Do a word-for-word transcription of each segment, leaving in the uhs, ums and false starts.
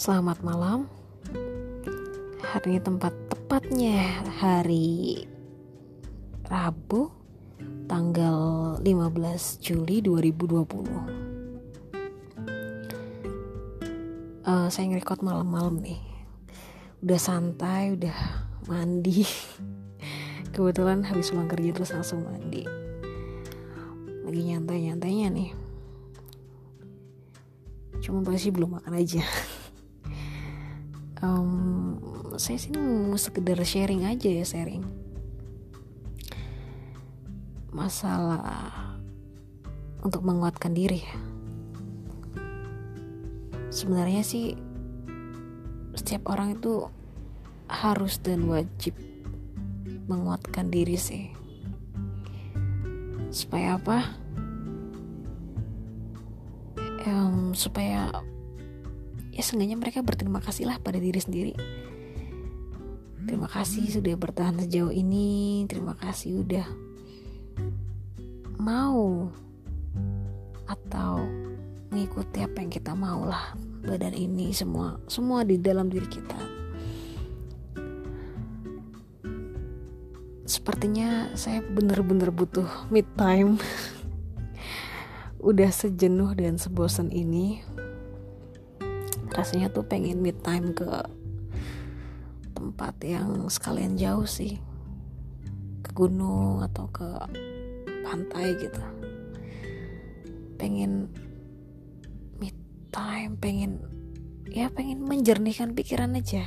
Selamat malam. Hari ini tempat tepatnya hari Rabu tanggal lima belas Juli dua ribu dua puluh. uh, Saya nge-record malam-malam nih. Udah santai, udah mandi. Kebetulan habis pulang kerja terus langsung mandi. Lagi nyantai-nyantainya nih. Cuma pasti belum makan aja. um, Saya sih mau sekedar sharing aja ya sharing masalah untuk menguatkan diri. Sebenarnya sih setiap orang itu harus dan wajib menguatkan diri sih. Supaya apa? Um, supaya ya seenggaknya mereka berterima kasih lah pada diri sendiri. Terima kasih sudah bertahan sejauh ini. Terima kasih udah mau atau mengikuti apa yang kita mau lah. Badan ini semua semua di dalam diri kita. Sepertinya saya benar-benar butuh me time. Udah sejenuh dan sebosan ini. Rasanya tuh pengen me time ke tempat yang sekalian jauh sih, ke gunung atau ke pantai gitu. Pengen me time, pengen ya pengen menjernihkan pikiran aja.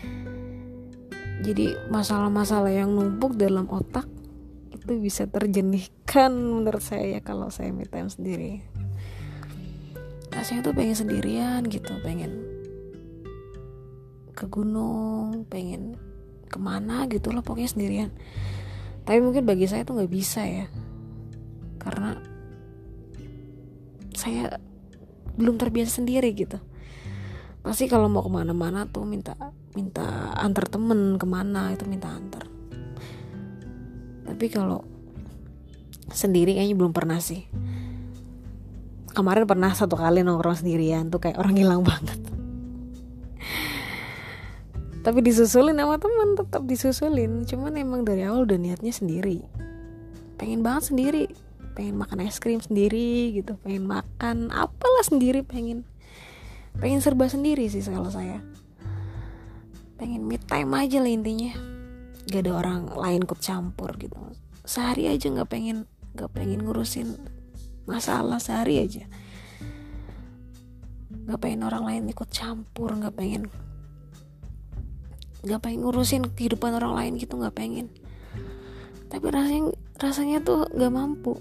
Jadi masalah-masalah yang numpuk dalam otak itu bisa terjernihkan menurut saya ya kalau saya me time sendiri. Rasanya tuh pengen sendirian gitu, pengen ke gunung, pengen kemana gitu lah pokoknya sendirian. Tapi mungkin bagi saya tuh nggak bisa ya, karena saya belum terbiasa sendiri gitu. Pasti kalau mau kemana-mana tuh minta minta antar temen kemana itu minta antar. Tapi kalau sendiri kayaknya belum pernah sih. Kemarin pernah satu kali nongkrong sendirian tuh kayak orang hilang banget. Tapi disusulin sama teman, tetap disusulin. Cuman emang dari awal udah niatnya sendiri. Pengen banget sendiri. Pengen makan es krim sendiri gitu. Pengen makan apalah sendiri pengen. Pengen serba sendiri sih kalau saya. Pengen me time aja lah intinya. Gak ada orang lain ikut campur gitu. Sehari aja gak pengen Gak pengen ngurusin masalah sehari aja. Gak pengen orang lain ikut campur. Gak pengen Gak pengen ngurusin kehidupan orang lain gitu. Gak pengen. Tapi rasanya Rasanya tuh gak mampu.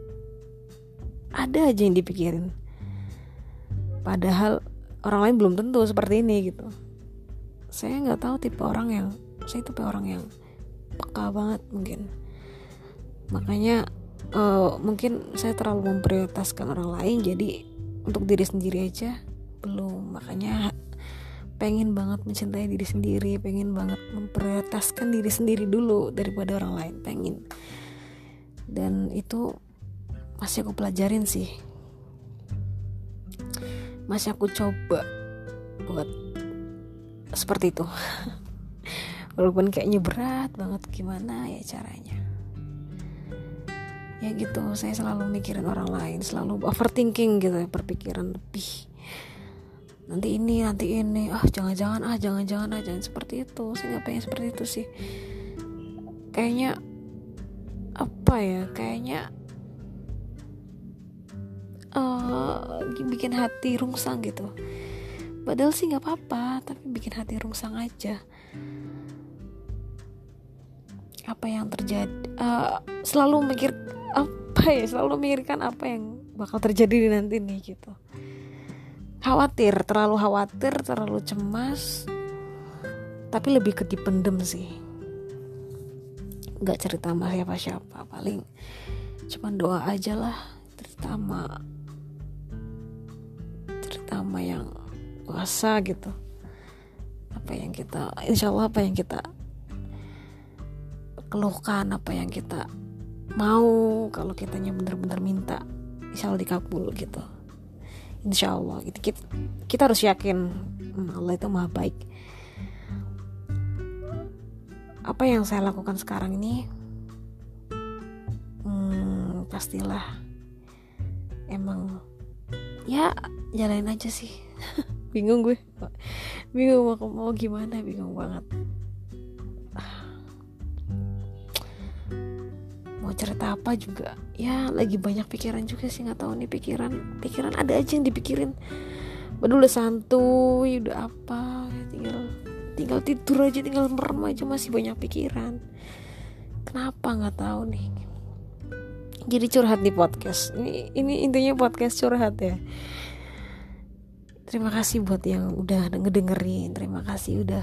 Ada aja yang dipikirin. Padahal orang lain belum tentu seperti ini gitu. Saya gak tahu tipe orang yang Saya tipe orang yang peka banget mungkin. Makanya uh, mungkin saya terlalu memprioritaskan orang lain. Jadi untuk diri sendiri aja belum. Makanya pengen banget mencintai diri sendiri. Pengen banget memprioritaskan diri sendiri dulu daripada orang lain. Pengen. Dan itu masih aku pelajarin sih. Masih aku coba buat seperti itu. Walaupun kayaknya berat banget, gimana ya caranya. Ya gitu, saya selalu mikirin orang lain, selalu overthinking gitu ya, berpikiran lebih. Nanti ini, nanti ini, ah jangan-jangan, ah jangan-jangan, ah jangan seperti itu. Saya gak pengen seperti itu sih. Kayaknya, apa ya, kayaknya uh, bikin hati rungsang gitu. Padahal sih gak apa-apa, tapi bikin hati rungsang aja. Apa yang terjadi, uh, selalu mikir apa ya, selalu memikirkan apa yang bakal terjadi di nanti nih gitu. Khawatir, terlalu khawatir, terlalu cemas. Tapi lebih ke dipendem sih. Gak cerita sama siapa-siapa, paling cuman doa aja lah. Cerita sama Cerita sama yang kuasa gitu. Apa yang kita, insya Allah apa yang kita keluhkan, apa yang kita mau, kalau kitanya benar-benar minta, insya Allah dikabul gitu. insya Allah. Kita, kita harus yakin Allah itu maha baik. Apa yang saya lakukan sekarang ini, hmm, pastilah emang ya jalanin aja sih. Bingung gue, bingung mau, mau gimana, bingung banget. Mau cerita apa juga, ya lagi banyak pikiran juga sih, nggak tahu nih pikiran, pikiran ada aja yang dipikirin. Padahal udah santuy, udah apa, tinggal tinggal tidur aja, tinggal merem aja masih banyak pikiran. Kenapa nggak tahu nih. Jadi curhat di podcast. Ini ini intinya podcast curhat ya. Terima kasih buat yang udah ngedengerin, terima kasih udah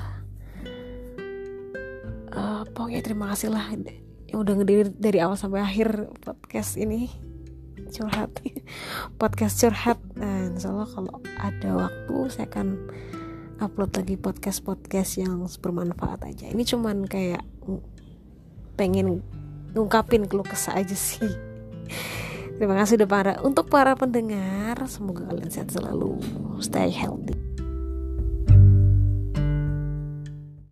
uh, pokoknya terima kasih lah yang udah ngedengerin dari awal sampai akhir podcast ini curhat. Podcast curhat. Nah, insya Allah kalau ada waktu saya akan upload lagi podcast-podcast yang bermanfaat aja. Ini cuman kayak pengen ngungkapin keluh kesah aja sih. Terima kasih udah para untuk para pendengar, semoga kalian sehat selalu, stay healthy.